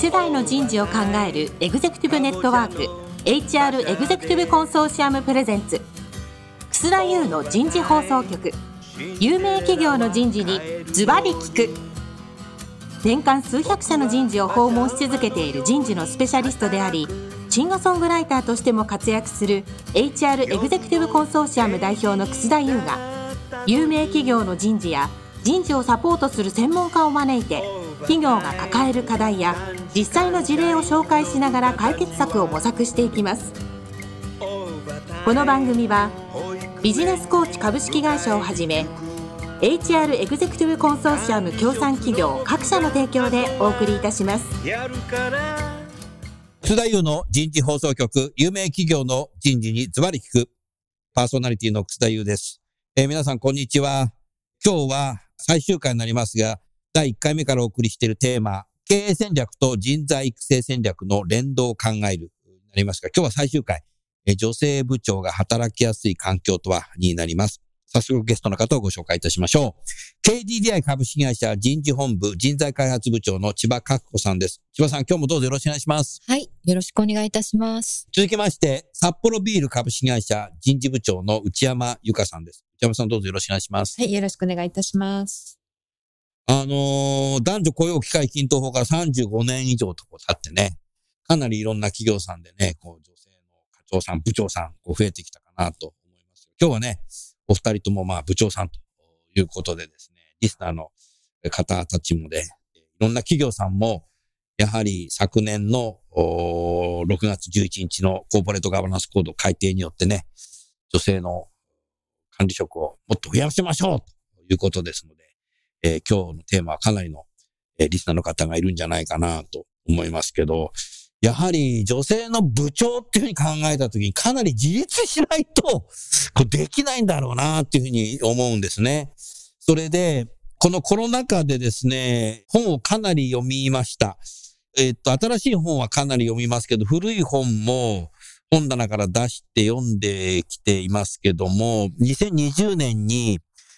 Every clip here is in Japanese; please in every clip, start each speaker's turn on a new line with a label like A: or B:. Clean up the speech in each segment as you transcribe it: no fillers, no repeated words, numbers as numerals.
A: 世代の人事を考えるエグゼクティブネットワーク HR エグゼクティブコンソーシアムプレゼンツ楠田優の人事放送局。有名企業の人事にズバリ聞く。年間数百社の人事を訪問し続けている人事のスペシャリストであり、シンガーソングライターとしても活躍する HR エグゼクティブコンソーシアム代表の楠田優が、有名企業の人事や人事をサポートする専門家を招いて、企業が抱える課題や実際の事例を紹介しながら解決策を模索していきます。この番組はビジネスコーチ株式会社をはじめ HR エグゼクティブコンソーシアム協賛企業各社の提供でお送りいたします。
B: 楠田優の人事放送局、有名企業の人事にズバリ聞く。パーソナリティの楠田優です。皆さんこんにちは。今日は最終回になりますが、第1回目からお送りしているテーマ、経営戦略と人材育成戦略の連動を考えるになりますが、今日は最終回、女性部長が働きやすい環境とはになります。早速ゲストの方をご紹介いたしましょう。KDDI 株式会社人事本部人材開発部長の千葉佳子さんです。千葉さん、今日もどうぞよろしくお願いします。
C: はい、よろしくお願いいたします。
B: 続きまして、札幌ビール株式会社人事部長の内山由香さんです。内山さん、どうぞよろしくお願いします。
C: はい、よろしくお願いいたします。
B: 男女雇用機会均等法から35年以上と経ってね、かなりいろんな企業さんでね、女性の課長さん、部長さん、増えてきたかなと思います。今日はね、お二人とも部長さんということでですね、リスナーの方たちもで、いろんな企業さんも、やはり昨年の6月11日のコーポレートガバナンスコード改定によってね、女性の管理職をもっと増やしましょうということですので、今日のテーマはかなりの、リスナーの方がいるんじゃないかなと思いますけど、やはり女性の部長っていうふうに考えたときにかなり自立しないとできないんだろうなっていうふうに思うんですね。それで、このコロナ禍でですね、本をかなり読みました。新しい本はかなり読みますけど、古い本も本棚から出して読んできていますけども、2020年に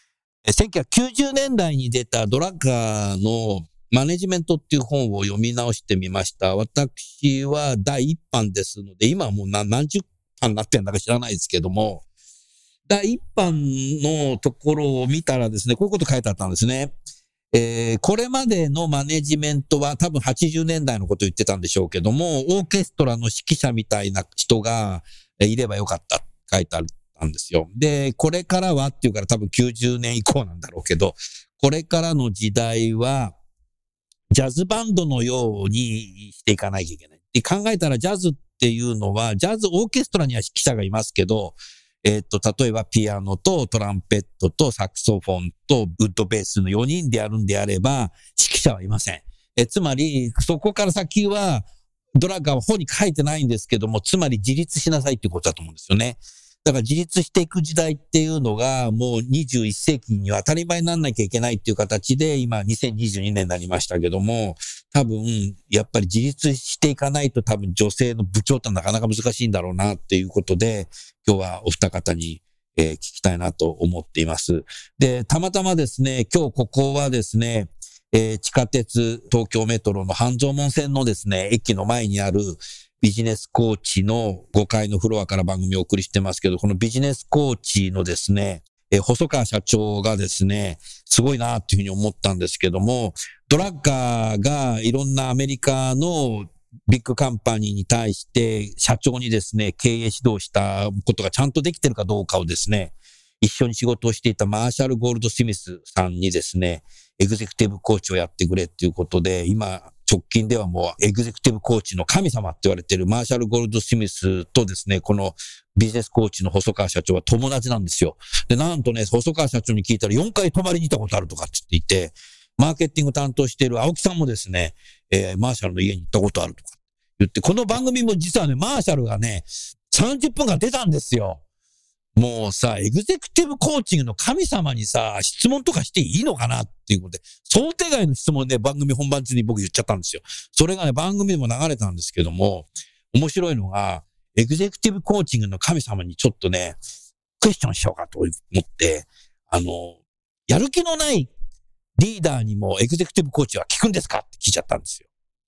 B: 1990年代に出たドラッガーのマネジメントっていう本を読み直してみました。私は第1版ですので、今はもう何十版になってんだか知らないですけども、第1版のところを見たらですね、こういうこと書いてあったんですね。これまでのマネジメントは多分80年代のことを言ってたんでしょうけども、オーケストラの指揮者みたいな人がいればよかったって書いてあったんですよ。で、これからはっていうから多分90年以降なんだろうけど、これからの時代はジャズバンドのようにしていかなきゃいけない。で考えたらジャズっていうのは、ジャズオーケストラには指揮者がいますけど、例えばピアノとトランペットとサクソフォンとウッドベースの4人でやるんであれば、指揮者はいません。つまり、そこから先は、ドラッガーは本に書いてないんですけども、つまり自立しなさいっていうことだと思うんですよね。だから自立していく時代っていうのがもう21世紀には当たり前にならなきゃいけないっていう形で今2022年になりましたけども、多分やっぱり自立していかないと多分女性の部長ってなかなか難しいんだろうなっていうことで、今日はお二方に聞きたいなと思っています。で、たまたまですね、今日ここはですね、地下鉄東京メトロの半蔵門線のですね、駅の前にあるビジネスコーチの5階のフロアから番組をお送りしてますけど、このビジネスコーチのですね、細川社長がですね、すごいなっていうふうに思ったんですけども、ドラッガーがいろんなアメリカのビッグカンパニーに対して社長にですね、経営指導したことがちゃんとできてるかどうかをですね、一緒に仕事をしていたマーシャル・ゴールドスミスさんにですね、エグゼクティブコーチをやってくれっていうことで、今直近ではもうエグゼクティブコーチの神様って言われているマーシャル・ゴールドスミスとですね、このビジネスコーチの細川社長は友達なんですよ。で、なんとね、細川社長に聞いたら4回泊まりに行ったことあるとかって言っていて、マーケティング担当している青木さんもですね、マーシャルの家に行ったことあるとか言って、この番組も実はね、マーシャルがね、30分間出たんですよ。もうさ、エグゼクティブコーチングの神様にさ、質問とかしていいのかなっていうことで、想定外の質問で番組本番中に僕言っちゃったんですよ。それがね、番組でも流れたんですけども、面白いのが、エグゼクティブコーチングの神様にちょっとね、クエスチョンしようかと思って、やる気のないリーダーにもエグゼクティブコーチは聞くんですかって聞いちゃったんですよ。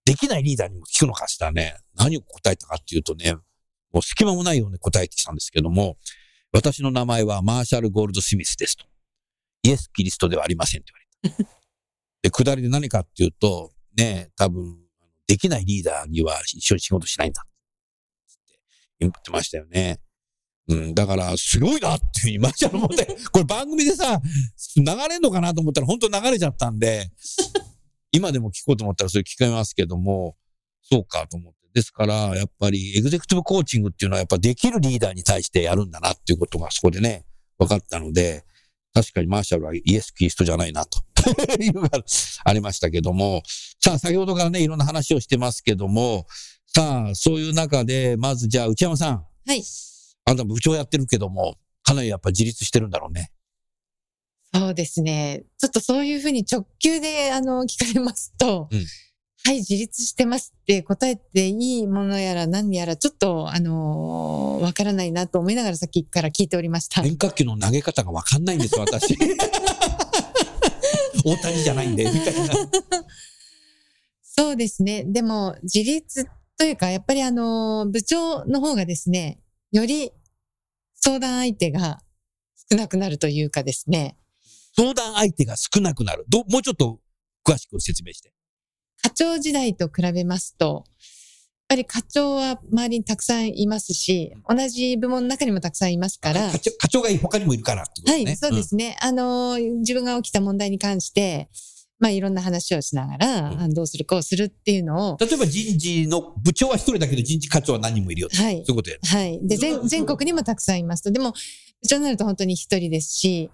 B: できないリーダーにも聞くのかしたらね、何を答えたかっていうとね、もう隙間もないように答えてきたんですけども、私の名前はマーシャル・ゴールド・スミスですと。イエス・キリストではありませんって言われた。で、下りで何かっていうと、ね、多分、できないリーダーには一緒に仕事しないんだって言ってましたよね。だから、すごいなっていうふうにマーシャル思って、これ番組でさ、流れんのかなと思ったら本当流れちゃったんで、今でも聞こうと思ったらそれ聞こえますけども、そうかと思って。ですから、やっぱりエグゼクティブコーチングっていうのはやっぱできるリーダーに対してやるんだなっていうことがそこでね、分かったので、確かにマーシャルはイエス・キリストじゃないなというのがありましたけども、さあ先ほどからね、いろんな話をしてますけども、さあそういう中で、まずじゃあ内山さん。
C: はい。
B: あなた部長やってるけども、かなりやっぱ自立してるんだろうね。
C: そうですね。ちょっとそういうふうに直球で聞かれますと、はい、自立してますって答えていいものやら何やらちょっとわからないなと思いながらさっきから聞いておりました。
B: 変化球の投げ方がわかんないんですよ、私。大谷じゃないんで、みたいな。
C: そうですね。でも自立というか、やっぱり部長の方がですね、より相談相手が少なくなるというかですね。
B: 相談相手が少なくなる。もうちょっと詳しく説明して。
C: 課長時代と比べますと、やっぱり課長は周りにたくさんいますし、同じ部門の中にもたくさんいますから。
B: 課長が他にもいるからってことね。
C: はい、そうですね。自分が起きた問題に関して、いろんな話をしながら、どうするこうするっていうのを。
B: 例えば人事の部長は一人だけど人事課長は何人もいるよ。はい。そういうことやる。
C: はい。で、全国にもたくさんいますと。でも、部長になると本当に一人ですし、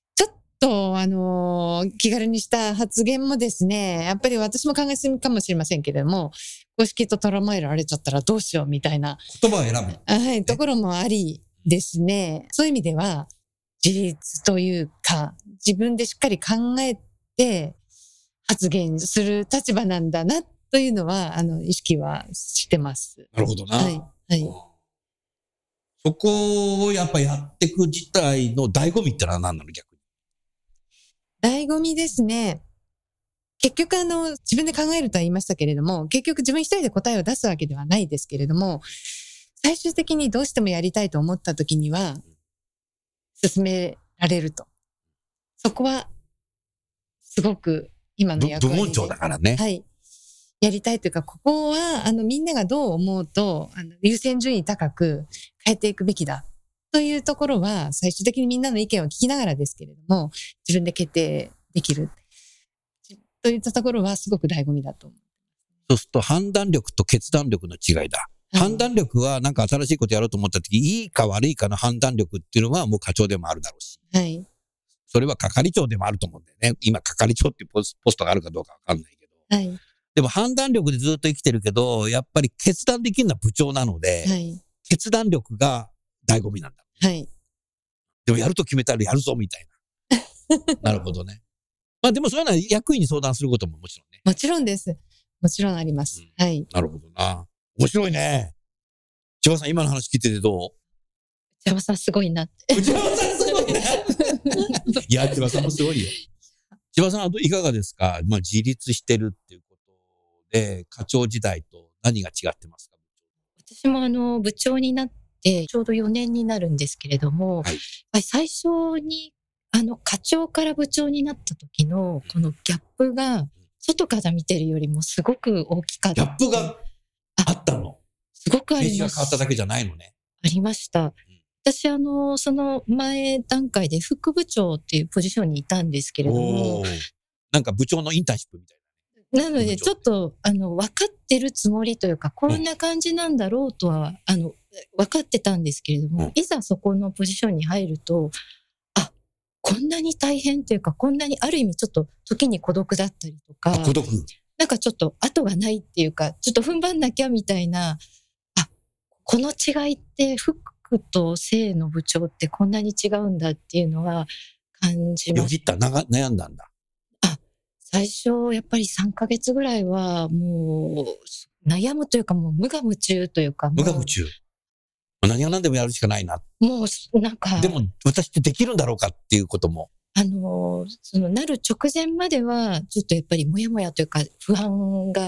C: 気軽にした発言もですね、やっぱり私も考えすぎかもしれませんけれども、公式と捉えられちゃったらどうしようみたいな。
B: 言葉を選ぶ。
C: はい、ところもありですね。そういう意味では、自立というか、自分でしっかり考えて発言する立場なんだな、というのは、意識はしてます。
B: なるほどな。
C: はい。はい。
B: そこをやっぱやっていく自体の醍醐味ってのは何なの逆に。
C: 醍醐味ですね。結局自分で考えるとは言いましたけれども、結局自分一人で答えを出すわけではないですけれども、最終的にどうしてもやりたいと思った時には、進められると。そこは、すごく今の役割で。
B: 部門長だからね。
C: はい。やりたいというか、ここは、みんながどう思うと、優先順位高く変えていくべきだ。というところは、最終的にみんなの意見を聞きながらですけれども、自分で決定できる。といったところはすごく醍醐味だと思う。
B: そうすると判断力と決断力の違いだ。はい、判断力はなんか新しいことやろうと思った時、いいか悪いかの判断力っていうのはもう課長でもあるだろうし。
C: はい。
B: それは係長でもあると思うんだよね。今係長っていうポストがあるかどうかわかんないけど。
C: はい。
B: でも判断力でずっと生きてるけど、やっぱり決断できるのは部長なので、はい、決断力が醍醐味なんだ。
C: はい。
B: でもやると決めたらやるぞみたいな。なるほどね。でもそういうのは役員に相談することももちろんね。
C: もちろんです。もちろんあります。はい。
B: なるほどな。面白いね。千葉さん今の話聞いててどう？
C: 千葉さんすごいなって。
B: 千葉さんすごいね。いや、千葉さんもすごいよ。千葉さんはいかがですか？自立してるっていうことで、課長時代と何が違ってますか？
C: 私も部長になってちょうど4年になるんですけれども、はい、最初に課長から部長になった時のこのギャップが外から見てるよりもすごく大きかった。
B: ギャップがあったの？
C: すごくあります。
B: 名刺が変わっただけじゃないのね。
C: ありました。私その前段階で副部長っていうポジションにいたんですけれども、
B: なんか部長のインターンシップみたい
C: な。なのでちょっと分かってるつもりというかこんな感じなんだろうとは分かってたんですけれども、いざそこのポジションに入ると、こんなに大変というか、こんなにある意味ちょっと時に孤独だったりとか、
B: 孤独。
C: なんかちょっと後がないっていうか、ちょっと踏ん張んなきゃみたいな、この違いって副と正の部長ってこんなに違うんだっていうのは感じました。
B: よぎった、悩んだんだ。
C: 最初やっぱり3ヶ月ぐらいはもう悩むというかもう無我夢中というか。
B: 無我夢中。何が何でもやるしかないな。
C: もうなんか。
B: でも私ってできるんだろうかっていうことも。
C: なる直前まではちょっとやっぱりもやもやというか不安が自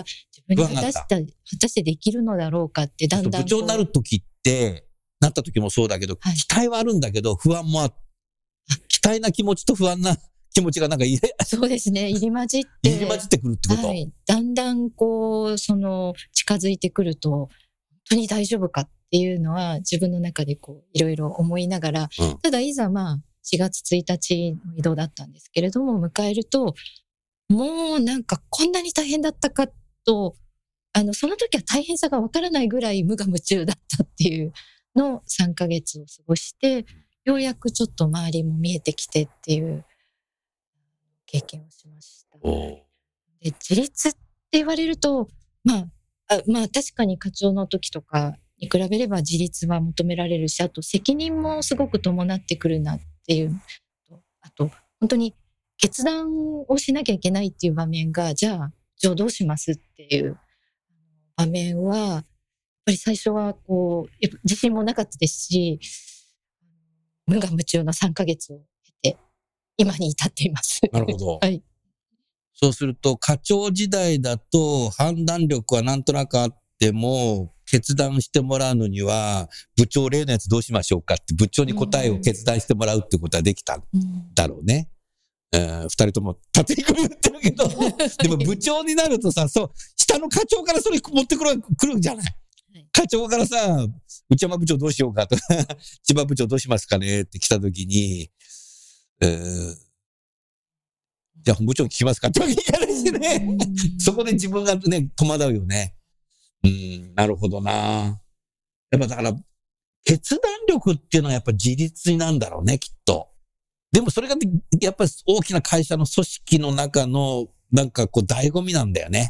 C: 自分に果たしてできるのだろうかってだんだん
B: 部長になる時って、なった時もそうだけど、期待はあるんだけど、不安も期待な気持ちと不安な気持ちがなんか
C: そうですね。入り混じって
B: くるってこと。
C: はい。だんだん近づいてくると、本当に大丈夫かっていうのは自分の中でいろいろ思いながら、ただいざ4月1日の移動だったんですけれども、迎えると、もうなんかこんなに大変だったかと、その時は大変さがわからないぐらい無我夢中だったっていうの3ヶ月を過ごして、ようやくちょっと周りも見えてきてっていう経験をしました。で、自立って言われると、確かに課長の時とかに比べれば自立は求められるし、あと責任もすごく伴ってくるなっていう。あと、本当に決断をしなきゃいけないっていう場面が、じゃあどうしますっていう場面は、やっぱり最初は自信もなかったですし、無我夢中の3ヶ月を経て、今に至っています。
B: なるほど。
C: はい。
B: そうすると、課長時代だと判断力はなんとなくあっても、決断してもらうのには、部長例のやつどうしましょうかって、部長に答えを決断してもらうってことはできたんだろうね。二人とも立て組み言ってるけど、でも部長になるとさ、下の課長からそれ持ってくるんじゃない？課長からさ、内山部長どうしようかとか、千葉部長どうしますかねって来たときに、じゃあ本部長に聞きますかってわけにいかないしね。そこで自分がね、戸惑うよね。なるほどな。やっぱだから、決断力っていうのはやっぱ自立なんだろうね、きっと。でもそれがやっぱり大きな会社の組織の中のなんか醍醐味なんだよね。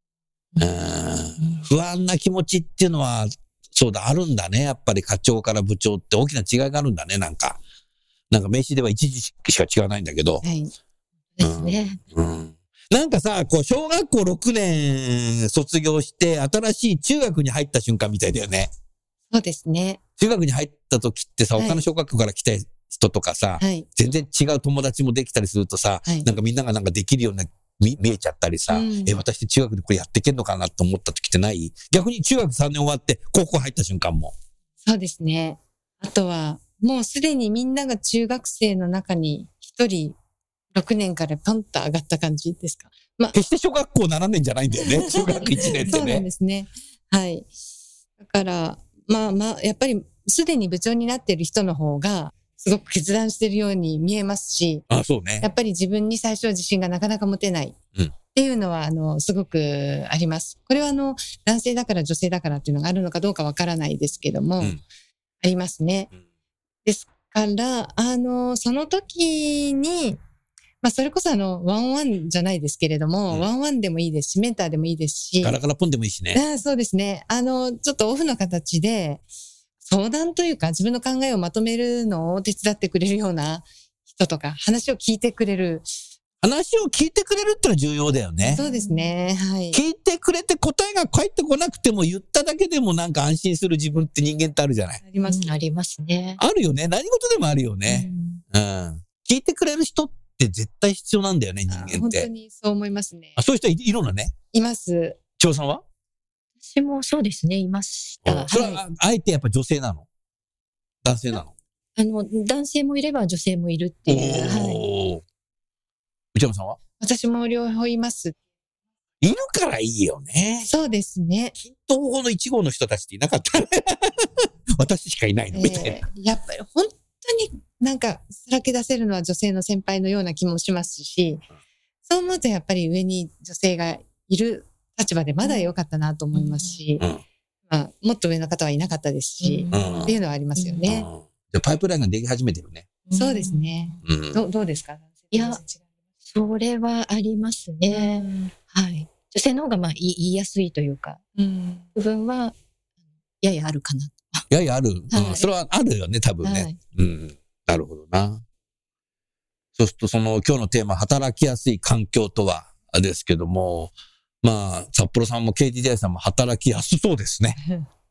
B: 不安な気持ちっていうのは、そうだ、あるんだね。やっぱり課長から部長って大きな違いがあるんだね、なんか名刺では一時しか違わないんだけど。
C: はい。ですね。
B: なんかさ、小学校6年卒業して、新しい中学に入った瞬間みたいだよね。
C: そうですね。
B: 中学に入った時ってさ、他の小学校から来た人とかさ、全然違う友達もできたりするとさ、なんかみんながなんかできるような見えちゃったりさ、私って中学でこれやっていけんのかなと思った時ってない？逆に中学3年終わって高校入った瞬間も。
C: そうですね。あとは、もうすでにみんなが中学生の中に一人6年からポンと上がった感じですか。
B: 決して小学校7年じゃないんだよね。中学1年ってね。
C: そうなんですね。はい。だから、やっぱりすでに部長になっている人の方が、すごく決断しているように見えますし、
B: そうね。
C: やっぱり自分に最初は自信がなかなか持てないっていうのは、すごくあります。これは男性だから女性だからっていうのがあるのかどうかわからないですけども、ありますね。ですから、その時に、それこそワンワンじゃないですけれども、ワンワンでもいいですし、メンターでもいいですし。
B: ガラガラポンでもいいしね。
C: そうですね。ちょっとオフの形で、相談というか自分の考えをまとめるのを手伝ってくれるような人とか、話を聞いてくれる。
B: 話を聞いてくれるってのは重要だよね。
C: そうですね。はい。
B: 聞いてくれて答えが返ってこなくても言っただけでもなんか安心する自分って人間ってあるじゃない。
C: あります。ありますね。
B: あるよね。何事でもあるよね。聞いてくれる人って絶対必要なんだよね、人間って。
C: 本当にそう思いますね。
B: そういう人いるのね。
C: います。
B: 長さんは？
C: 私もそうですね、いました。
B: それは、あえてやっぱ女性なの？男性なの？
C: 男性もいれば女性もいるっていう。
B: 内山さんは？
C: 私も両方います。
B: いるからいいよね。
C: そうですね。
B: 均等法の1号の人たちっていなかったね。私しかいないのみたいな。
C: やっぱり本当になんかさらけ出せるのは女性の先輩のような気もしますし、そう思うとやっぱり上に女性がいる立場でまだ良かったなと思いますし、もっと上の方はいなかったですし、っていうのはありますよね。
B: じゃパイプラインができ始めてるね。
C: そうですね。どうですか？
D: いや、それはありますね。はい。女性の方が言いやすいというか、部分はややあるかな。
B: ややある。それはあるよね、多分ね。なるほどな。そうすると今日のテーマ、働きやすい環境とはですけども、札幌さんも KDDI さんも働きやすそうですね。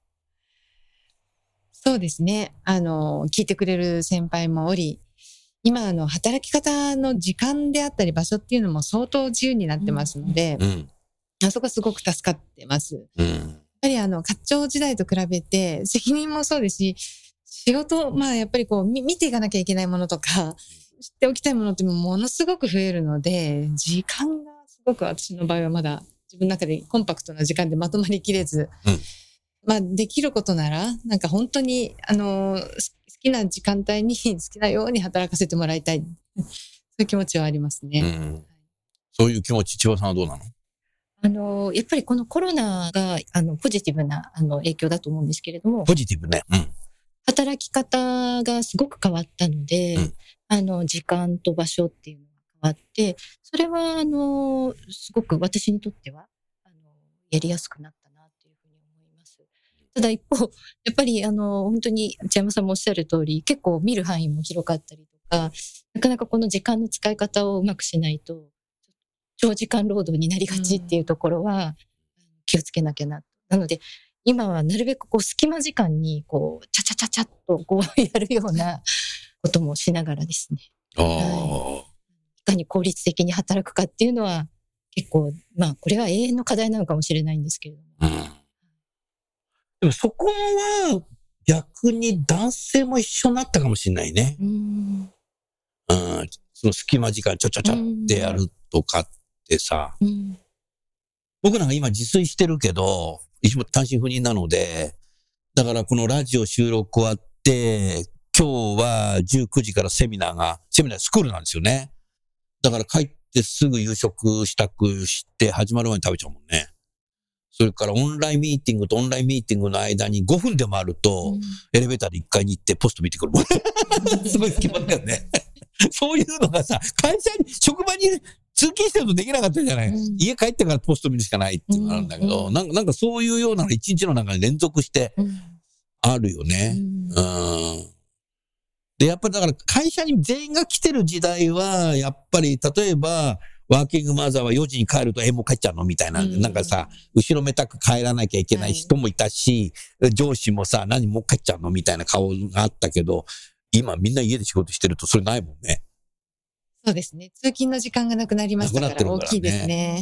C: そうですね。聞いてくれる先輩もおり、今働き方の時間であったり場所っていうのも相当自由になってますので、 あそこはすごく助かってます。
B: うん。
C: やっぱり課長時代と比べて、責任もそうですし、仕事、やっぱり見ていかなきゃいけないものとか、知っておきたいものってものすごく増えるので、時間がすごく私の場合はまだ自分の中でコンパクトな時間でまとまりきれず、できることなら、なんか本当に、好きな時間帯に好きなように働かせてもらいたい。そういう気持ちはありますね。
B: うん、そういう気持ち、千葉さんはどうなの？
D: やっぱりこのコロナが、ポジティブな、影響だと思うんですけれども。
B: ポジティブね。うん。
D: 働き方がすごく変わったので、時間と場所っていうのが変わって、それは、すごく私にとっては、やりやすくなったなっていうふうに思います。ただ一方、やっぱり、本当に、内山さんもおっしゃる通り、結構見る範囲も広かったりとか、なかなかこの時間の使い方をうまくしないと、長時間労働になりがちっていうところは、気をつけなきゃな。なので、今はなるべく隙間時間にチャチャチャチャっとやるようなこともしながらですね。いかに効率的に働くかっていうのは結構、これは永遠の課題なのかもしれないんですけれども。
B: でもそこは逆に男性も一緒になったかもしれないね。その隙間時間ちゃちゃちゃってやるとかってさ。僕なんか今自炊してるけど、一応単身赴任なので、だからこのラジオ収録終わって、今日は19時からセミナースクールなんですよね。だから帰ってすぐ夕食支度して始まる前に食べちゃうもんね。それからオンラインミーティングとオンラインミーティングの間に5分でもあると、エレベーターで1階に行ってポスト見てくるもん。すごい隙間だよね。そういうのがさ、職場に通勤してるとできなかったじゃない。家帰ってからポスト見るしかないっていうのがあるんだけど、なんかそういうようなの一日の中に連続してあるよね。で、やっぱりだから会社に全員が来てる時代は、やっぱり例えば、ワーキングマザーは4時に帰ると、もう帰っちゃうのみたいな、なんかさ、後ろめたく帰らなきゃいけない人もいたし、上司もさ、もう帰っちゃうのみたいな顔があったけど、今みんな家で仕事してるとそれないもんね。
C: そうですね。通勤の時間がなくなりましたから大きいですね。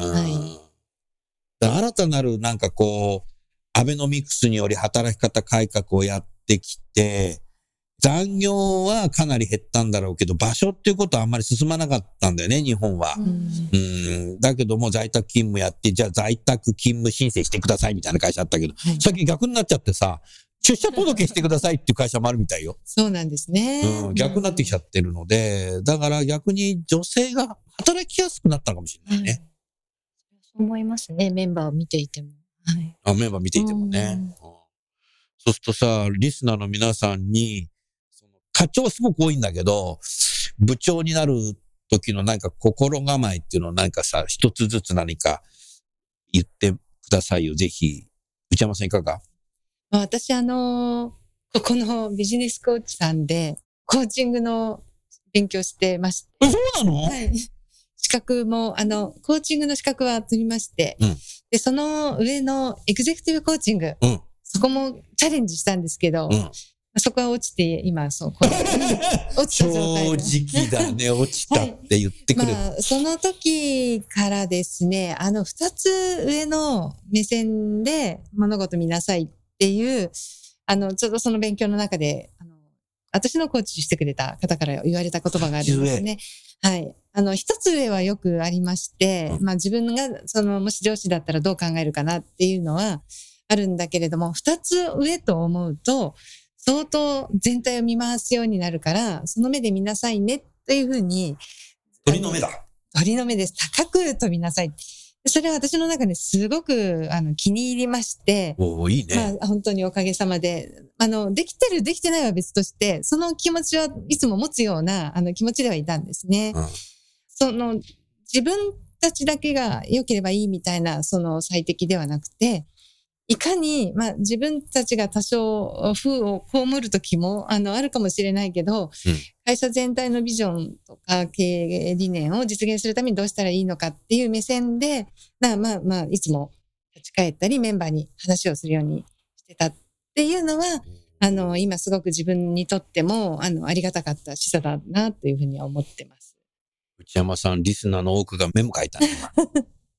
B: だから新たなるアベノミクスにより働き方改革をやってきて、残業はかなり減ったんだろうけど、場所っていうことはあんまり進まなかったんだよね、日本は。だけども在宅勤務やって、じゃあ在宅勤務申請してくださいみたいな会社あったけど、最近逆になっちゃってさ、出社届してくださいっていう会社もあるみたいよ。
C: そうなんですね。
B: 逆になってきちゃってるので、だから逆に女性が働きやすくなったのかもしれないね。
D: そう思いますね、メンバーを見ていても。
B: メンバー見ていてもね。そうするとさ、リスナーの皆さんに、課長はすごく多いんだけど、部長になる時の心構えっていうのを一つずつ何か言ってくださいよ。ぜひ。内山さんいかが？
C: 私ここのビジネスコーチさんでコーチングの勉強してまして。
B: そうなの？
C: はい。資格も、コーチングの資格は取りまして、で、その上のエグゼクティブコーチング、そこもチャレンジしたんですけど、そこは落ちて、今、落ちた状態。
B: 正直だね、落ちたって言ってくれる。
C: その時からですね、二つ上の目線で物事見なさいっていう、ちょうどその勉強の中で、私のコーチしてくれた方から言われた言葉があるんですね。はい。一つ上はよくありまして、自分が、もし上司だったらどう考えるかなっていうのはあるんだけれども、二つ上と思うと、相当全体を見回すようになるから、その目で見なさいねっていうふうに。
B: 鳥の目だ。
C: 鳥の目です。高く飛びなさい。それは私の中ですごく気に入りまして。
B: いいね。
C: 本当におかげさまで。できてる、できてないは別として、その気持ちはいつも持つような気持ちではいたんですね。自分たちだけが良ければいいみたいな、最適ではなくて、いかに、自分たちが多少負を被る時も、あるかもしれないけど、会社全体のビジョンとか経営理念を実現するためにどうしたらいいのかっていう目線で、いつも立ち返ったりメンバーに話をするようにしてたっていうのは、今すごく自分にとっても、ありがたかった示唆だなというふうには思ってます。
B: 内山さん、リスナーの多くがメモ書いたね。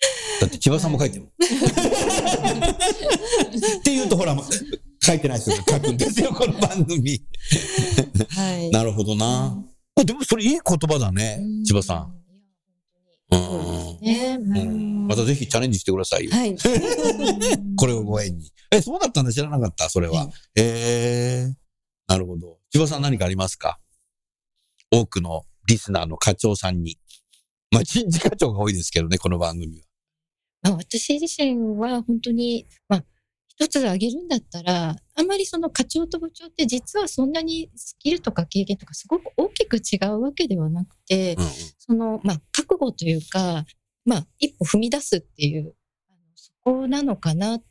B: だって千葉さんも書いてる。って言うとほら、書いてない人が書くんですよ、この番組。
C: はい。
B: なるほどな。でもそれいい言葉だね、千葉さん。またぜひチャレンジしてくださいよ。
C: はい。
B: これをご縁に。そうだったんだ、知らなかった、それは。なるほど。千葉さん何かありますか？多くのリスナーの課長さんに。まあ、人事課長が多いですけどね、この番組は。
D: 私自身は本当に、一つ挙げるんだったら、あんまりその課長と部長って実はそんなにスキルとか経験とかすごく大きく違うわけではなくて、その、覚悟というか、一歩踏み出すっていう、そこなのかなって、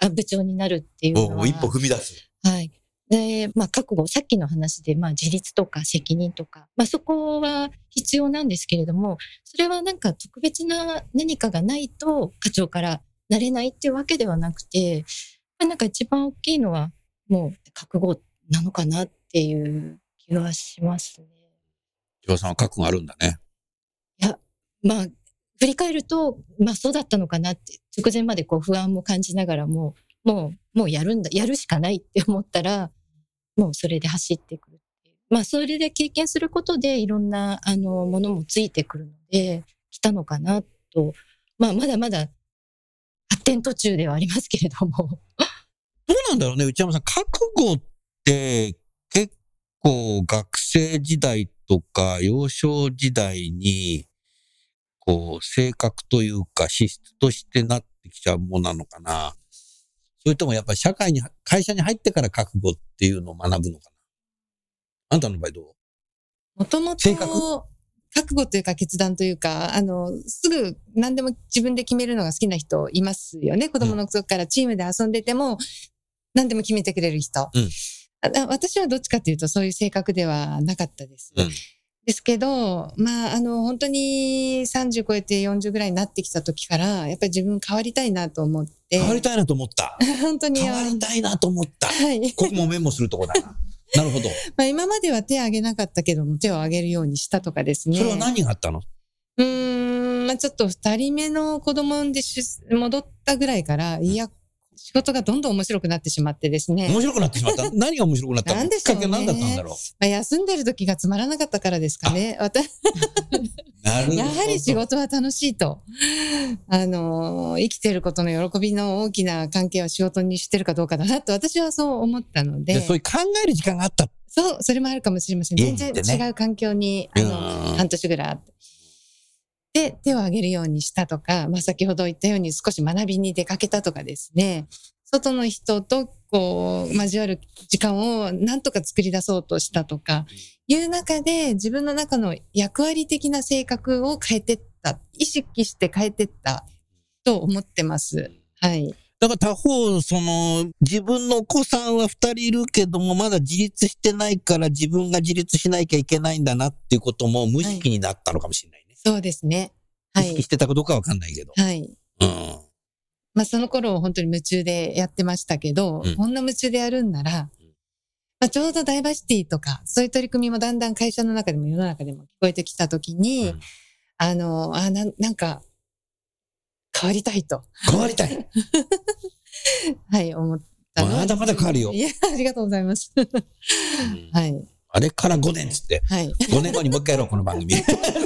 D: 部長になるっていうのは。
B: 一歩踏み出す。
D: はい。で、覚悟、さっきの話で、自立とか責任とか、そこは必要なんですけれども、それはなんか特別な何かがないと課長からなれないっていうわけではなくて、なんか一番大きいのはもう覚悟なのかなっていう気はしますね。
B: 千葉さんは覚悟あるんだね。
D: いや、振り返ると、そうだったのかなって、直前までこう不安も感じながらもうやるしかないって思ったら、もうそれで走ってくるっていう。それで経験することでいろんな、ものもついてくるので、来たのかなと。まだまだ発展途中ではありますけれども。
B: どうなんだろうね、内山さん。覚悟って結構学生時代とか幼少時代に、こう、性格というか資質としてなってきちゃうものなのかな。それともやっぱり会社に入ってから覚悟っていうのを学ぶのかな。あんたの場合どう？
C: もともと覚悟というか決断というか、すぐ何でも自分で決めるのが好きな人いますよね。子供の頃からチームで遊んでても何でも決めてくれる人。私はどっちかというとそういう性格ではなかったです。ですけど、本当に30超えて40ぐらいになってきた時から、やっぱり自分変わりたいなと思って。
B: 変わりたいなと思った。
C: 本当に。
B: 変わりたいなと思った。
C: はい。
B: ここもメモするとこだな。なるほど。
C: 今までは手を挙げなかったけども、手を挙げるようにしたとかですね。
B: それは何があったの？
C: ちょっと2人目の子供産んで戻ったぐらいから、仕事がどんどん面白くなってしまってですね。
B: 面白くなってしまった？何が面白くなったの？
C: なんでしょうね。
B: きっかけ何だったんだろう。
C: 休んでる時がつまらなかったからですかね。
B: なるほど。
C: やはり仕事は楽しいと。生きてることの喜びの大きな関係は仕事にしてるかどうかだなと私はそう思ったので。
B: そういう考える時間があった。
C: そう、それもあるかもしれません。全然違う環境に、半年ぐらいあって。で、手を挙げるようにしたとか、先ほど言ったように少し学びに出かけたとかですね、外の人と交わる時間をなんとか作り出そうとしたとか、いう中で自分の中の役割的な性格を変えてった、意識して変えてったと思ってます。はい。
B: だから他方、自分のお子さんは2人いるけども、まだ自立してないから自分が自立しなきゃいけないんだなっていうことも無意識になったのかもしれないね。
C: そうですね。はい。
B: 意識してたかどうかわかんないけど。
C: はい。その頃本当に夢中でやってましたけど、こんな夢中でやるんなら、ちょうどダイバーシティとか、そういう取り組みもだんだん会社の中でも世の中でも聞こえてきたときに、なんか、変わりたいと。
B: 変わりたい
C: はい、思ったの。
B: まだまだ変わるよ。
C: いや、ありがとうございます。はい。
B: あれから5年つって。はい。5年後にもう一回やろう、この番組。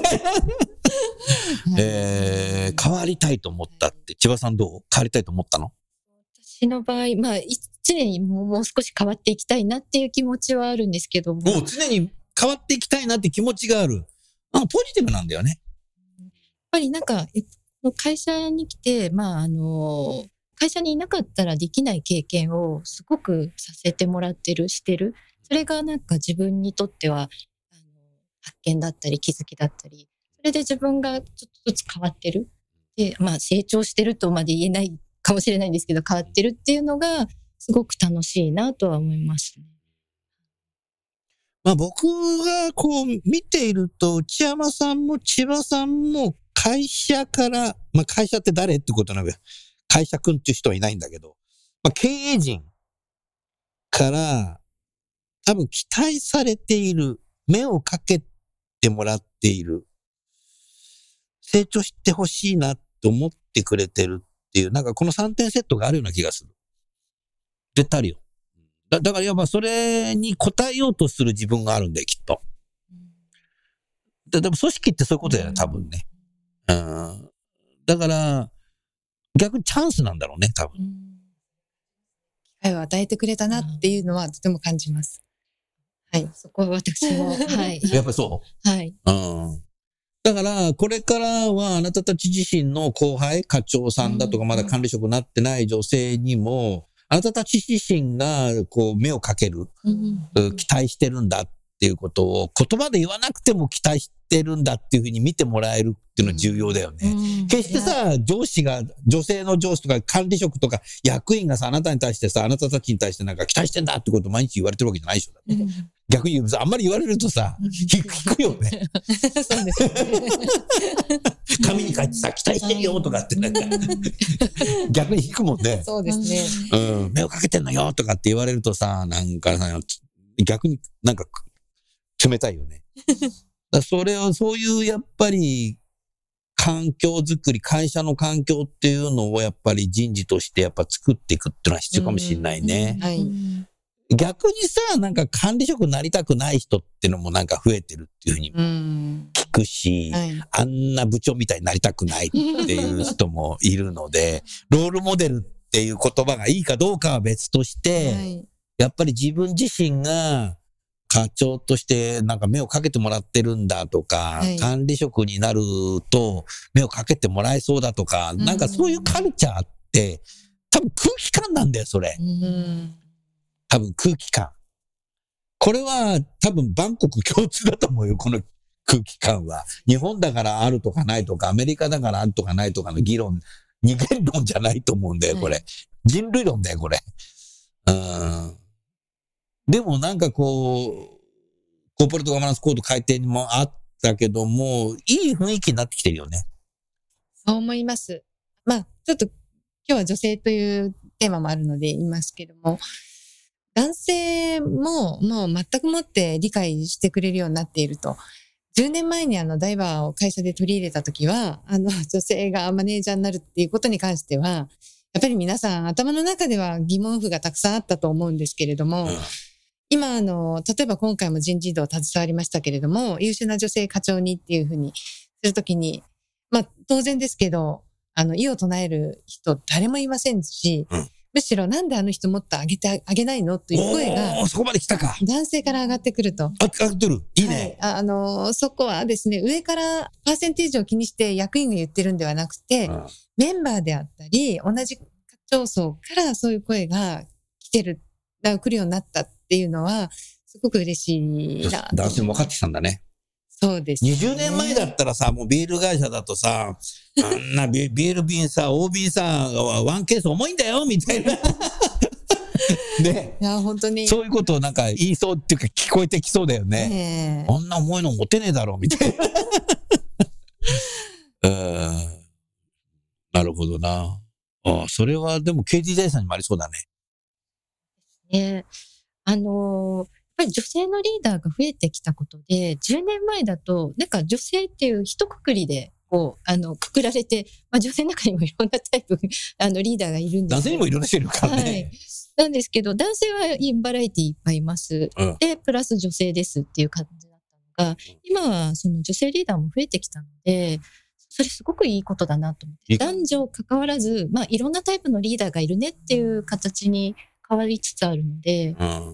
B: 変わりたいと思ったって、千葉さんどう？変わりたいと思ったの？
D: 私の場合、常にもう少し変わっていきたいなっていう気持ちはあるんですけども。
B: 常に変わっていきたいなって気持ちがある。ポジティブなんだよね。
D: やっぱりなんか、会社に来て、会社にいなかったらできない経験をすごくさせてもらってる、してる。それがなんか自分にとっては、発見だったり気づきだったり、それで自分がちょっとずつ変わってる。で、成長してるとまで言えないかもしれないんですけど、変わってるっていうのがすごく楽しいなとは思いますね。
B: 僕が見ていると、内山さんも千葉さんも会社から、会社って誰ってことなのよ。会社くんっていう人はいないんだけど、経営陣から多分期待されている、目をかけてもらっている、成長してほしいなと思っってくれてるっていう、なんかこの3点セットがあるような気がする。絶対あるよ。だからやっぱそれに応えようとする自分があるんだよ、きっと。でも組織ってそういうことだよね、多分ね。だから、逆にチャンスなんだろうね、多分。
C: 機会を与えてくれたなっていうのはとても感じます。はい。
D: そこは私も、はい。
B: やっぱりそう？
D: はい。
B: だから、これからはあなたたち自身の後輩、課長さんだとか、まだ管理職になってない女性にも、あなたたち自身がこう目をかける、期待してるんだっていうことを言葉で言わなくても期待してるんだっていうふうに見てもらえるっていうのは重要だよね。決してさ、上司が、女性の上司とか管理職とか役員がさ、あなたに対してさ、あなたたちに対してなんか期待してんだってことを毎日言われてるわけじゃないでしょ。だって逆にあんまり言われるとさ、引くよね。
C: そうですね。
B: 紙に書いてさ、期待してるよとかってなんか、逆に引くもんね。
C: そうですね。
B: 目をかけてんのよとかって言われるとさ、なんかさ、逆になんか冷たいよね。そういうやっぱり環境づくり、会社の環境っていうのをやっぱり人事としてやっぱ作っていくっていうのは必要かもしれないね。
C: はい。
B: 逆にさ、なんか管理職になりたくない人っていうのもなんか増えてるっていうふうに聞くし、あんな部長みたいになりたくないっていう人もいるので、ロールモデルっていう言葉がいいかどうかは別として、やっぱり自分自身が課長としてなんか目をかけてもらってるんだとか、管理職になると目をかけてもらえそうだとか、なんかそういうカルチャーって多分空気感なんだよ、それ。多分空気感。これは多分万国共通だと思うよ、この空気感は。日本だからあるとかないとか、アメリカだからあるとかないとかの議論、二元論じゃないと思うんだよ、これ。人類論だよ、これ。でもなんかこう、コーポレートガバナンスコード改定にもあったけども、いい雰囲気になってきてるよね。
C: そう思います。まあ、ちょっと今日は女性というテーマもあるので言いますけども、男性ももう全くもって理解してくれるようになっていると。10年前にダイバーを会社で取り入れたときは、女性がマネージャーになるっていうことに関しては、やっぱり皆さん頭の中では疑問符がたくさんあったと思うんですけれども、今例えば今回も人事異動携わりましたけれども、優秀な女性課長にっていうふうにするときに、まあ当然ですけど、異を唱える人誰もいませんし、むしろなんであの人もっと上げないのという声が、
B: そこまで来たか。
C: 男性から上がってくると。
B: 上がってる。いいね。
C: はい、そこはですね、上からパーセンテージを気にして役員が言ってるんではなくて、メンバーであったり、同じ課長層からそういう声が来るようになったっていうのは、すごく嬉しいな。
B: 男性も分かってきたんだね。
C: そうです、ね。
B: 20年前だったらさ、もうビール会社だとさ、あんなビール瓶さ、大瓶さ、ワンケース重いんだよみたいな。ね。
C: いや、本当に。
B: そういうことをなんか言いそうっていうか聞こえてきそうだよね。こんな重いの持てねえだろ、みたいな。なるほどな。それはでも KDJ さんにもありそうだね。
D: やっぱり女性のリーダーが増えてきたことで、10年前だと、なんか女性っていう一括りで、くくられて、まあ女性の中にもいろんなタイプ、リーダーがいるんです。
B: 男性にもいろんな人いるからね。
D: はい。なんですけど、男性はバラエティいっぱいいます。で、プラス女性ですっていう感じだったのが、今はその女性リーダーも増えてきたので、それすごくいいことだなと思って。男女関わらず、まあいろんなタイプのリーダーがいるねっていう形に変わりつつあるので、はい。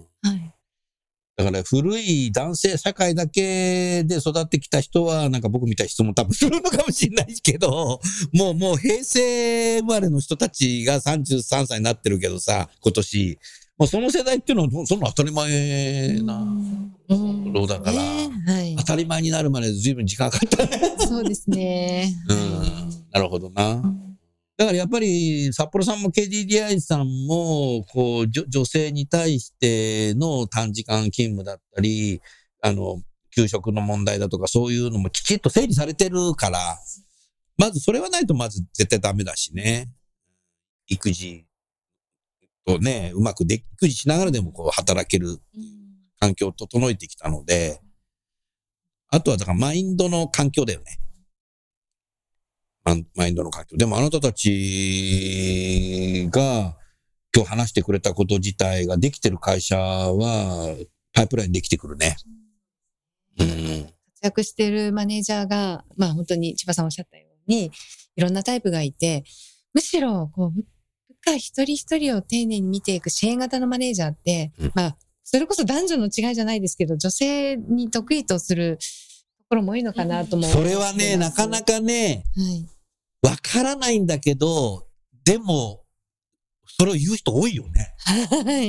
B: だから古い男性社会だけで育ってきた人は、なんか僕みたいな質問多分するのかもしれないけど、もう平成生まれの人たちが33歳になってるけどさ、今年。もうその世代っていうのは、その当たり前なことだから、当たり前になるまで随分時間かかったね。
C: そうですね。
B: なるほどな。だからやっぱり札幌さんも KDDI さんもこう女性に対しての短時間勤務だったり給食の問題だとかそういうのもきちっと整理されてるからまずそれはないとまず絶対ダメだしね。育児とねうまく育児しながらでもこう働ける環境を整えてきたのであとはだからマインドの環境だよね。 マインドの環境。でもあなたたちが今日話してくれたこと自体ができてる会社はパイプラインできてくるね。
C: 活躍しているマネージャーが、本当に千葉さんおっしゃったように、いろんなタイプがいて、むしろ、部下一人一人を丁寧に見ていく支援型のマネージャーって、それこそ男女の違いじゃないですけど、女性に得意とするところも多いのかなと思う。
B: それはね、なかなかね、わからないんだけど、でも、それを言う人多いよね。
C: はい。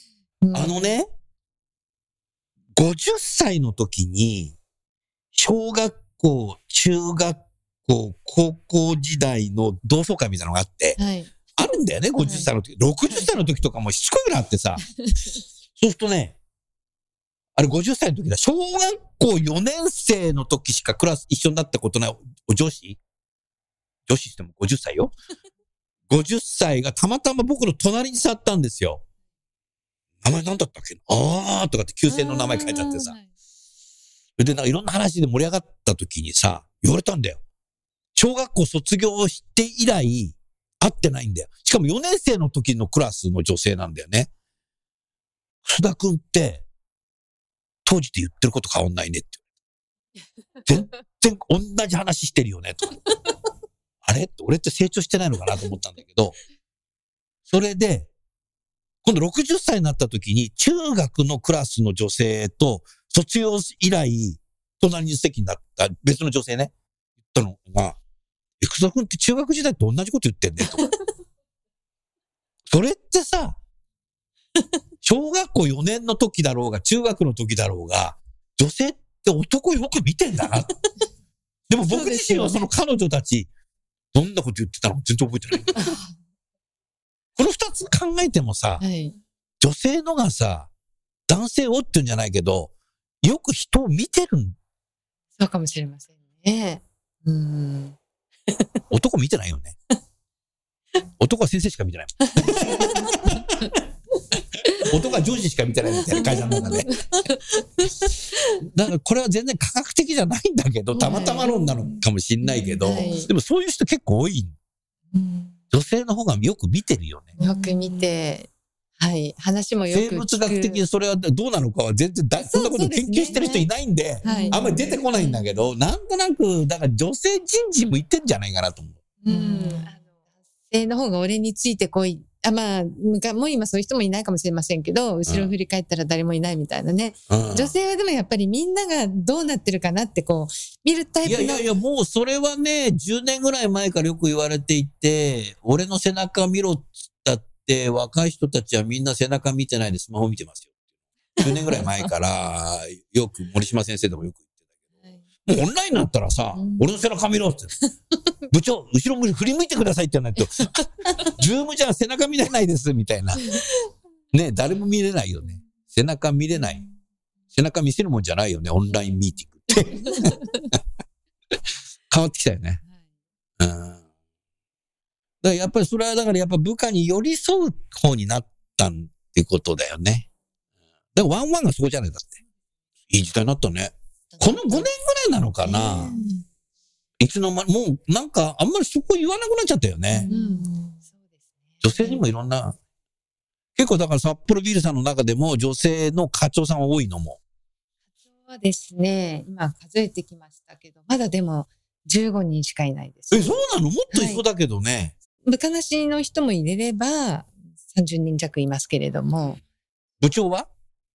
B: 50歳の時に、小学校、中学校、高校時代の同窓会みたいなのがあって、あるんだよね、50歳の時。60歳の時とかもしつこいなってさ。そうするとね、あれ50歳の時だ。小学校4年生の時しかクラス一緒になったことない女子っても50歳よ。50歳がたまたま僕の隣に座ったんですよ。名前なんだったっけなとかって旧姓の名前書いてあってさ。で、いろんな話で盛り上がった時にさ、言われたんだよ。小学校卒業して以来、会ってないんだよ。しかも4年生の時のクラスの女性なんだよね。須田くんって、当時って言ってること変わんないねって。全然同じ話してるよね、と。あれ俺って成長してないのかなと思ったんだけど、それで、今度60歳になった時に、中学のクラスの女性と、卒業以来、隣に席になった別の女性ね、言ったのが、須田くんって中学時代と同じこと言ってんね、と。それってさ、小学校4年の時だろうが、中学の時だろうが、女性って男よく見てんだな。でも僕自身はその彼女たち、どんなこと言ってたのか全然覚えてない。この二つ考えてもさ、女性のがさ、男性をって言うんじゃないけど、よく人を見てる
C: そうかもしれませんね。
B: 男見てないよね。男は先生しか見てない。男は上司しか見てないみたいな会社の中で。だからこれは全然科学的じゃないんだけど、たまたま論なのかもしんないけど、でもそういう人結構多い。女性の方がよく見てるよね。
C: よく見て、話もよく聞く。
B: 生物学的にそれはどうなのかは全然そんなこと研究してる人いないんで、あんまり出てこないんだけど、なんとなく、だから女性人事も言ってんじゃないかなと思う。
C: 男性の方が俺についてこい。もう今そういう人もいないかもしれませんけど、後ろ振り返ったら誰もいないみたいなね。女性はでもやっぱりみんながどうなってるかなって見るタイプの。
B: いや、もうそれはね、10年ぐらい前からよく言われていて、俺の背中見ろっつったって、若い人たちはみんな背中見てないでスマホ見てますよ。10年ぐらい前から、よく森島先生でもよく言ってたけど、もうオンラインになったらさ、俺の背中見ろって。部長、後ろ振り向いてくださいって言わないと、ズームじゃ背中見れないです、みたいな。ね、誰も見れないよね。背中見れない。背中見せるもんじゃないよね、オンラインミーティングって。変わってきたよね。だからやっぱりそれはだからやっぱ部下に寄り添う方になったってことだよね。だからワンワンがそこじゃないだって。いい時代になったね。この5年ぐらいなのかな。いつの間に、もうなんかあんまりそこ言わなくなっちゃったよね。女性にもいろんな、結構だから札幌ビールさんの中でも女性の課長さんは多いのも。
C: そうですね。今数えてきましたけど、まだでも15人しかいないです。
B: そうなの？もっといそうだけどね。
C: 部下なしの人も入れれば30人弱いますけれども。
B: 部長は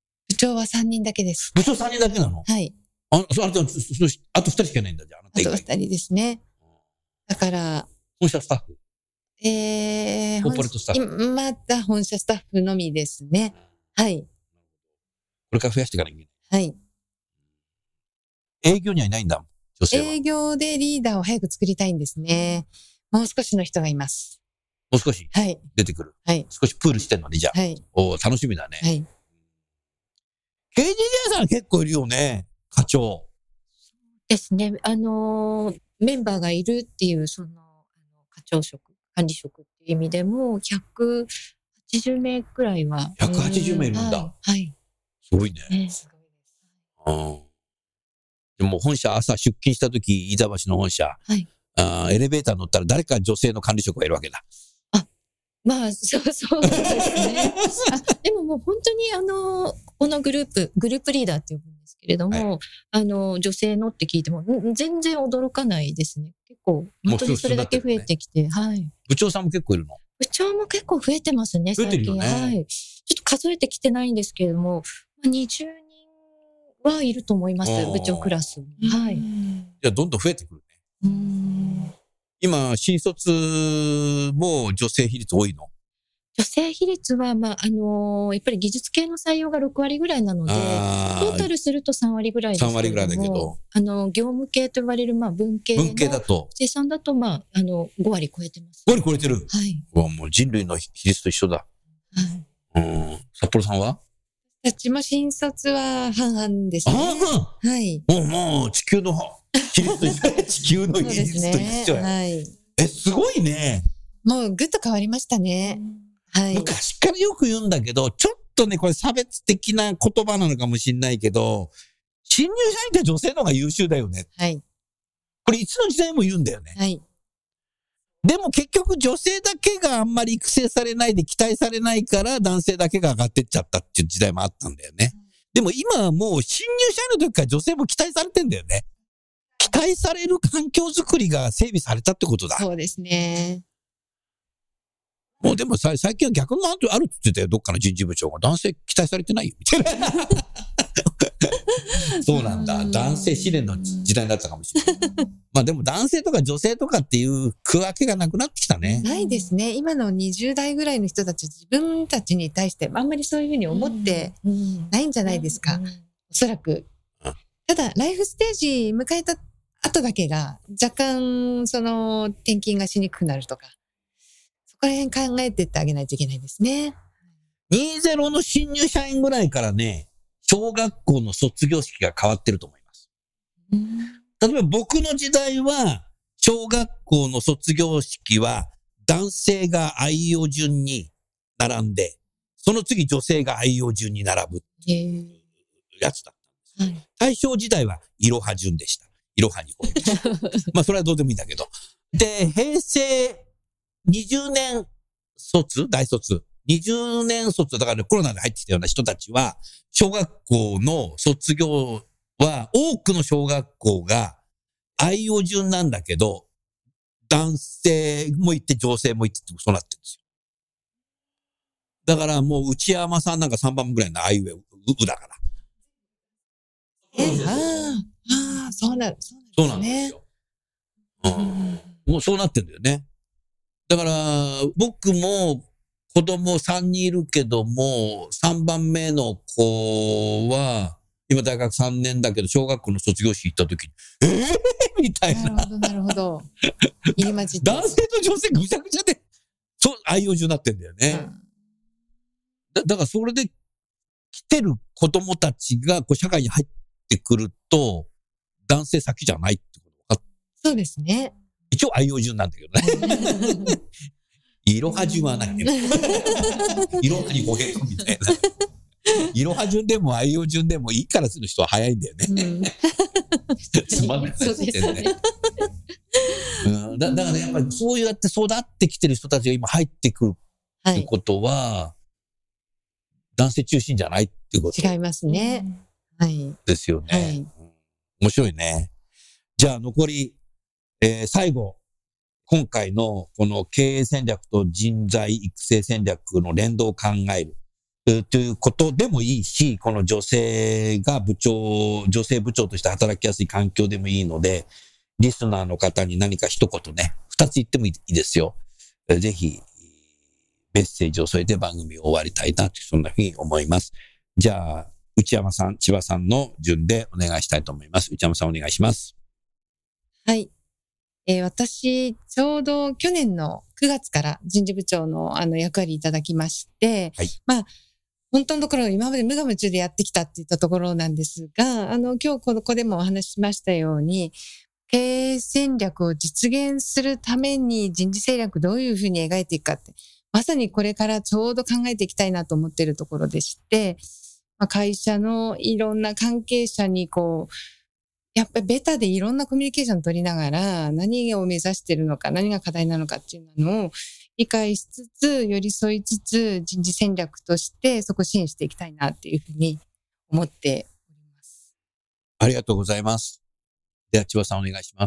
C: 3人だけです。
B: 部長3人だけなの？
C: はい。
B: あと2人しかいないんだじゃあ。
C: あと2人ですね。だから。
B: 本社スタッフ？コ
C: ー
B: ポレートスタッフ。
C: まだ本社スタッフのみですね。はい。
B: これから増やしていかなきゃいけ
C: ない。はい。
B: 営業にはいないんだ、女性は。
C: 営業でリーダーを早く作りたいんですね。もう少しの人がいます。
B: もう少し出てくる。
C: はい。
B: 少しプールしてんのに、じゃあ。はい。楽しみだね。
C: はい。
B: KGJ さん結構いるよね、課長。
D: ですね。メンバーがいるっていう、課長職、管理職っていう意味でも、180名くらいは。
B: 180名いるんだ。
D: はい。
B: すごいね。
C: すごいです。
B: でも本社朝出勤した時、飯田橋の本社。
D: はい。
B: エレベーター乗ったら誰か女性の管理職がいるわけだ。
D: まあ、そうですね。でももう本当にこのグループリーダーって呼ぶんですけれども、女性のって聞いても、全然驚かないですね。結構、本当にそれだけ増えてきて、はい。
B: 部長さんも結構いるの？
D: 部長も結構増えてますね、最近。はい。ちょっと数えてきてないんですけれども、20人はいると思います、部長クラス。はい。い
B: や、どんどん増えてくるね。今、新卒も女性比率多いの？
D: 女性比率は、まあ、やっぱり技術系の採用が6割ぐらいなので、トータルすると3割ぐらいですけども。3割ぐらいだけど。業務系と呼ばれる、まあ、文系だと。生産だと、まあ、5割超えてます。
B: 5割超えてる？はい。もう人類の比率と一緒だ。
D: はい。
B: 札幌さんは？
C: 私も新卒は半々ですね。はい。
B: もう地球の比率と一緒。地球の比率と一緒や。はい。すごいね。
C: もうぐっと変わりましたね。はい。
B: 昔からよく言うんだけど、ちょっとね、これ差別的な言葉なのかもしれないけど、新入社員って女性の方が優秀だよね。
C: はい。
B: これいつの時代も言うんだよね。
C: はい。
B: でも結局女性だけがあんまり育成されないで期待されないから男性だけが上がってっちゃったっていう時代もあったんだよね。でも今はもう新入社員の時から女性も期待されてんだよね。期待される環境づくりが整備されたってことだ。
C: そうですね。
B: もうでも最近は逆のあるって言ってたよ、どっかの人事部長が。男性期待されてないよ、みたいな。そうなんだ。男性試練の時代だったかもしれない。まあでも男性とか女性とかっていう区分けがなくなってきたね。
C: ないですね。今の20代ぐらいの人たち、自分たちに対してあんまりそういうふうに思ってないんじゃないですか。おそらく。ただ、ライフステージ迎えた後だけが、若干、転勤がしにくくなるとか。この辺考えてってあげないといけないですね。
B: 20の新入社員ぐらいからね、小学校の卒業式が変わってると思います。例えば僕の時代は、小学校の卒業式は男性が愛用順に並んで、その次女性が愛用順に並ぶっていうやつだったんです。大正時代はイロハ順でした。イロハにこう。まあそれはどうでもいいんだけど。で、平成20年大卒。20年卒、だから、ね、コロナで入ってきたような人たちは、小学校の卒業は、多くの小学校が愛用順なんだけど、男性もいて女性もいてってそうなってるんですよ。だからもう内山さんなんか3番ぐらいのあいうえうだから。
C: そうなんですね。
B: そうなんですよ。もうそうなってんだよね。だから、僕も子供3人いるけども、3番目の子は、今大学3年だけど、小学校の卒業式行った時に、みたいな。
C: なるほど。入り混じって。
B: 男性と女性ぐちゃぐちゃで、愛用中になってんだよね。だからそれで来てる子供たちがこう社会に入ってくると、男性先じゃないってこと分かった。
C: そうですね。
B: 一応愛用順なんだけどね。いろは順はないけど。いろはにごへとみたいな。いろは順でも愛用順でもいいからする人は早いんだよね。つまんないですね。だからね、やっぱりそうやって育ってきてる人たちが今入ってくるってことは、男性中心じゃないっていうこと。
C: 違いますね。はい。
B: ですよね。面白いね。じゃあ残り、最後、今回のこの経営戦略と人材育成戦略の連動を考えるということでもいいし、この女性部長として働きやすい環境でもいいので、リスナーの方に何か一言ね、二つ言ってもいいですよ。ぜひ、メッセージを添えて番組を終わりたいなと、そんなふうに思います。じゃあ、内山さん、千葉さんの順でお願いしたいと思います。内山さんお願いします。
C: はい。私、ちょうど去年の9月から人事部長の役割いただきまして、はい、まあ、本当のところ今まで無我夢中でやってきたっていったところなんですが、今日ここでもお話ししましたように、経営戦略を実現するために人事戦略どういうふうに描いていくかって、まさにこれからちょうど考えていきたいなと思っているところでして、会社のいろんな関係者にやっぱりベタでいろんなコミュニケーションを取りながら、何を目指しているのか、何が課題なのかっていうのを理解しつつ、寄り添いつつ、人事戦略としてそこを支援していきたいなっていうふうに思っております。
B: ありがとうございます。では、千葉さんお願いします。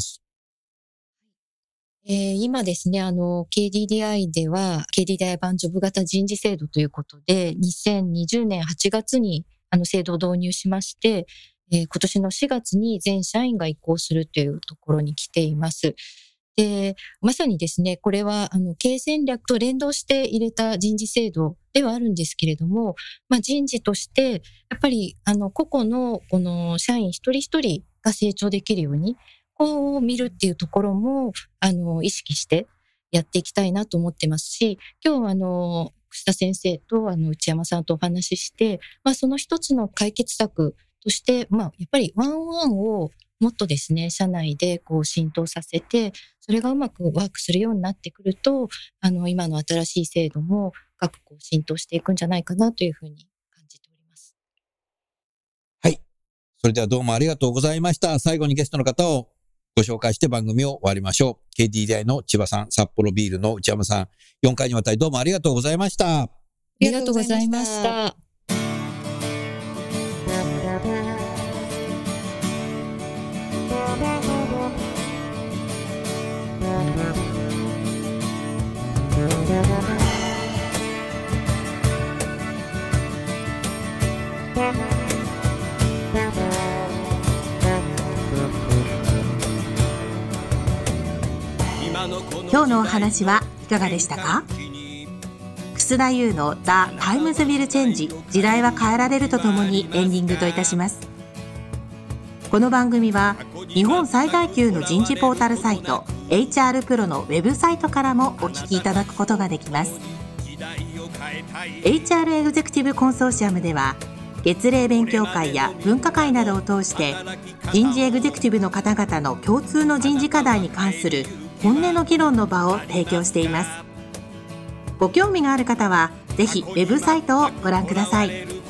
D: 今ですね、KDDI では、KDDI 版ジョブ型人事制度ということで、2020年8月に制度を導入しまして、今年の4月に全社員が移行するというところに来ています。で、まさにですね、これは、経営戦略と連動して入れた人事制度ではあるんですけれども、人事として、やっぱり、個々の、この社員一人一人が成長できるように、こう見るっていうところも、意識してやっていきたいなと思ってますし、今日楠田先生と、内山さんとお話しして、その一つの解決策として、やっぱりワンオンワンをもっとですね、社内でこう浸透させて、それがうまくワークするようになってくると、今の新しい制度も深くこう浸透していくんじゃないかなというふうに感じております。
B: はい。それではどうもありがとうございました。最後にゲストの方をご紹介して番組を終わりましょう。KDDI の千葉さん、札幌ビールの内山さん、4回にわたりどうもありがとうございました。
D: ありがとうございました。
A: 今日のお話はいかがでしたか？楠田優の The Times Will Change 時代は変えられるとともにエンディングといたします。この番組は日本最大級の人事ポータルサイト HR プロのウェブサイトからもお聞きいただくことができます。 HR エグゼクティブコンソーシアムでは月例勉強会や分科会などを通して人事エグゼクティブの方々の共通の人事課題に関する本音の議論の場を提供しています。ご興味がある方はぜひウェブサイトをご覧ください。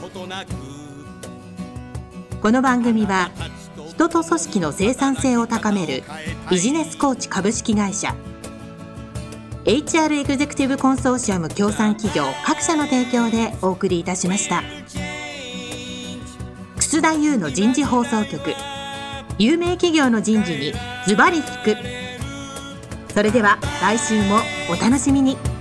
A: この番組は人と組織の生産性を高めるビジネスコーチ株式会社 HR エグゼクティブコンソーシアム協賛企業各社の提供でお送りいたしました。楠田優の人事放送局、有名企業の人事にズバリ聞く。それでは来週もお楽しみに。